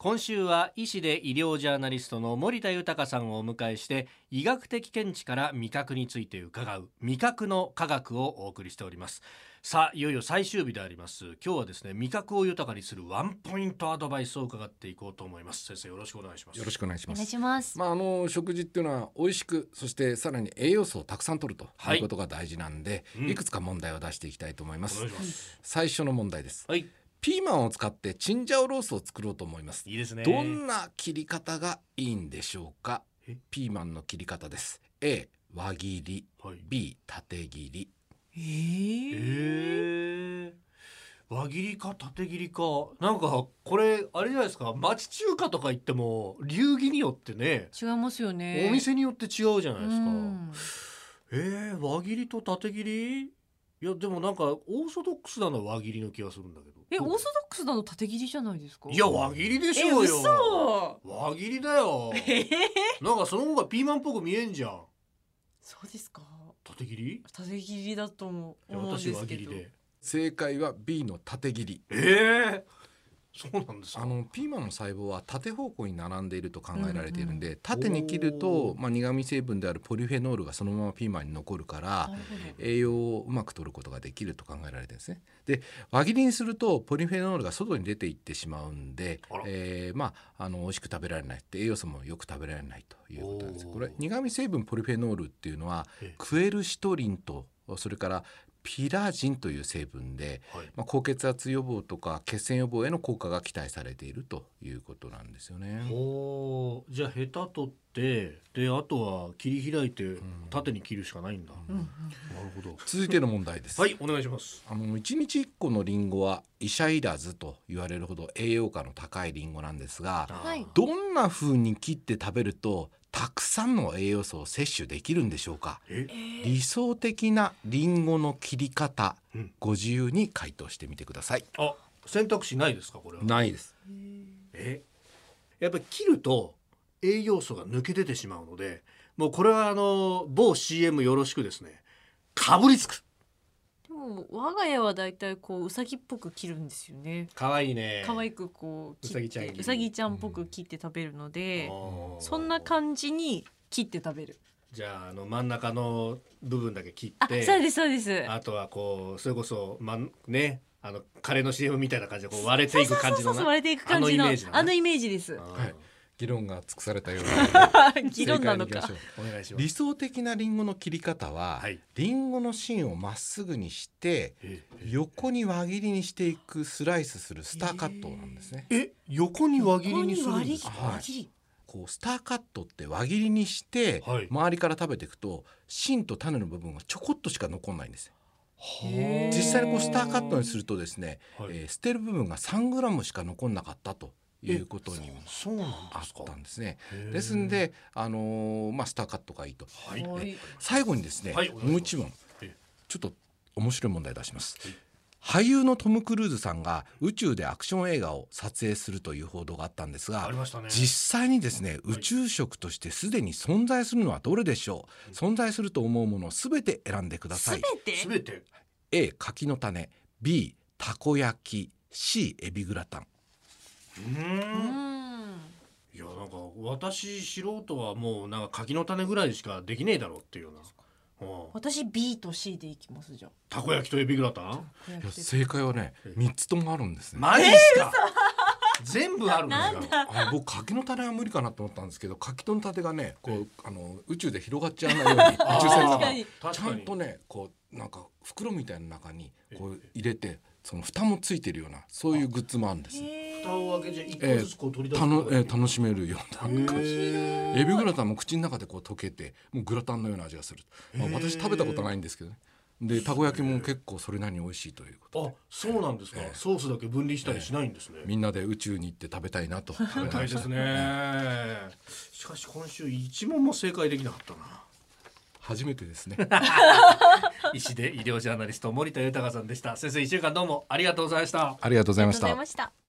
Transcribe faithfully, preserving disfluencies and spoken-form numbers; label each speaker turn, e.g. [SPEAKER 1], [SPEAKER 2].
[SPEAKER 1] 今週は医師で医療ジャーナリストの森田豊さんをお迎えして、医学的見地から味覚について伺う味覚の科学をお送りしております。さあ、いよいよ最終日であります。今日はですね、味覚を豊かにするワンポイントアドバイスを伺っていこうと思います。先生、よろしくお願いします。
[SPEAKER 2] よろしくお願いします。
[SPEAKER 3] お願いします。
[SPEAKER 2] まあ、あの食事っていうのは美味しく、そしてさらに栄養素をたくさん取るということが大事なんで、はい、いくつか問題を出していきたいと思います。
[SPEAKER 1] お願いします。
[SPEAKER 2] 最初の問題です。
[SPEAKER 1] はい。
[SPEAKER 2] ピーマンを使ってチンジャオロースを作ろうと思います。
[SPEAKER 1] いいですね。
[SPEAKER 2] どんな切り方がいいんでしょうか。ピーマンの切り方です。 A 輪切り、はい、B 縦切り。
[SPEAKER 1] えー、えー、輪切りか縦切りか、なんかこれあれじゃないですか、町中華とか行っても流儀によってね
[SPEAKER 3] 違いますよね。
[SPEAKER 1] お店によって違うじゃないですか。えー、輪切りと縦切り、いやでもなんかオーソドックスなのは輪切りの気がするんだけど。
[SPEAKER 3] え、オーソドックスなの縦切りじゃないですか。
[SPEAKER 1] いや輪切りでしょうよ。
[SPEAKER 3] 嘘。
[SPEAKER 1] 輪切りだよ。えー、なんかその方がピーマンっぽく見えんじゃん。
[SPEAKER 3] そうですか。
[SPEAKER 1] 縦切り？
[SPEAKER 3] 縦切りだと思う。
[SPEAKER 1] 私輪切りで。
[SPEAKER 2] 正解は B の縦切り。
[SPEAKER 1] えーそうなんですか。
[SPEAKER 2] あのピーマンの細胞は縦方向に並んでいると考えられているんで、うんうん、縦に切ると、まあ、苦味成分であるポリフェノールがそのままピーマンに残るから栄養をうまく取ることができると考えられてるんですね。で輪切りにするとポリフェノールが外に出ていってしまうんで、えーまあ、あの美味しく食べられないって栄養素もよく食べられないということなんです。これ苦味成分ポリフェノールっていうのはクエルシトリンとそれからピラジンという成分で、はい、まあ、高血圧予防とか血栓予防への効果が期待されているということなんですよね。
[SPEAKER 1] おじゃあヘタ取ってであとは切り開いて縦に切るしかないんだ、うんうん、なるほど。
[SPEAKER 2] 続いての問題です。
[SPEAKER 1] はい、お願いします。
[SPEAKER 2] あのいちにちいっこのリンゴは医者いらずと言われるほど栄養価の高いリンゴなんですが、はい、どんな風に切って食べるとたくさんの栄養素を摂取できるんでしょうか。え理想的なリンゴの切り方、うん、ご自由に回答してみてください。
[SPEAKER 1] あ、選択肢ないですか。これは
[SPEAKER 2] ないです。
[SPEAKER 1] えやっぱり切ると栄養素が抜け出てしまうので、もうこれはあの某 シーエム よろしくですね、かぶりつく。
[SPEAKER 3] でも我が家はだいたいこううさぎっぽく切るんですよね。
[SPEAKER 1] かわいいね。
[SPEAKER 3] かわいくこう切って
[SPEAKER 1] うさぎちゃん
[SPEAKER 3] うさぎちゃんっぽく切って食べるので、うん、そんな感じに切って食べる。
[SPEAKER 1] じゃあ、あの真ん中の部分だけ切って、
[SPEAKER 3] あ、そうですそうです。
[SPEAKER 1] あとはこうそれこそ、まね、あのカレーの シーエム みたいな感じでこう割れていく感じの、
[SPEAKER 3] 割れていく感じのあのイメージ、ね、あのイメージです。
[SPEAKER 2] はい、議論が尽くされたよう
[SPEAKER 3] な議論なのか。
[SPEAKER 1] お願いします。
[SPEAKER 2] 理想的なリンゴの切り方は、はい、リンゴの芯をまっすぐにして横に輪切りにしていくスライスするスターカットなんですね。
[SPEAKER 1] え、横に輪切りにするんですか。
[SPEAKER 2] はい、こうスターカットって輪切りにして、はい、周りから食べていくと芯と種の部分がちょこっとしか残んないんです。実際にこうスターカットにするとですね、はい、えー、捨てる部分がさんグラムしか残んなかったということにもあったんですね。ですんで、あのーまあ、スターカットがいいと、はい、最後にですね、はい、もう一問ちょっと面白い問題出します。はい、俳優のトム・クルーズさんが宇宙でアクション映画を撮影するという報道があったんですが、
[SPEAKER 1] ありましたね。
[SPEAKER 2] 実際にですね、宇宙食としてすでに存在するのはどれでしょう。存在すると思うものをすべて選んでください。
[SPEAKER 1] すべて
[SPEAKER 2] A 柿の種、 B たこ焼き、 C エビグラタン。
[SPEAKER 1] うーん、いやなんか私素人はもうなんか柿の種ぐらいしかできねえだろうっていうような。
[SPEAKER 3] 私 B と C でいきます。じゃあ
[SPEAKER 1] たこ焼きとエビグラタン。
[SPEAKER 2] いや正解はねみっつともあるんですね。
[SPEAKER 1] マジですか。全部あるんですか。
[SPEAKER 2] あ、僕柿の種は無理かなと思ったんですけど、柿の種がねこうあの宇宙で広がっちゃわないように宇宙船の中にちゃんとねこうなんか袋みたいな中にこう入れてその蓋もついてるようなそういうグッズもあるんです。
[SPEAKER 1] 蓋を開けて一個ずつこう取り出す、
[SPEAKER 2] えーえー、楽しめるようなエビグラタンも口の中でこう溶けてもうグラタンのような味がする、まあ、私食べたことないんですけどね。でたこ焼きも結構それなりに美味しいということで。
[SPEAKER 1] あ、そうなんですか、えー、ソースだけ分離したりしないんですね、
[SPEAKER 2] えー、みんなで宇宙に行って食べたいなと
[SPEAKER 1] 食べたいですね。しかし今週一問も正解できなかったな。
[SPEAKER 2] 初めてですね。
[SPEAKER 1] 医師で医療ジャーナリスト森田豊さんでした。先生、いっしゅうかんどうもありがとうございました。
[SPEAKER 2] ありがとうございました。
[SPEAKER 3] ありがとうございました。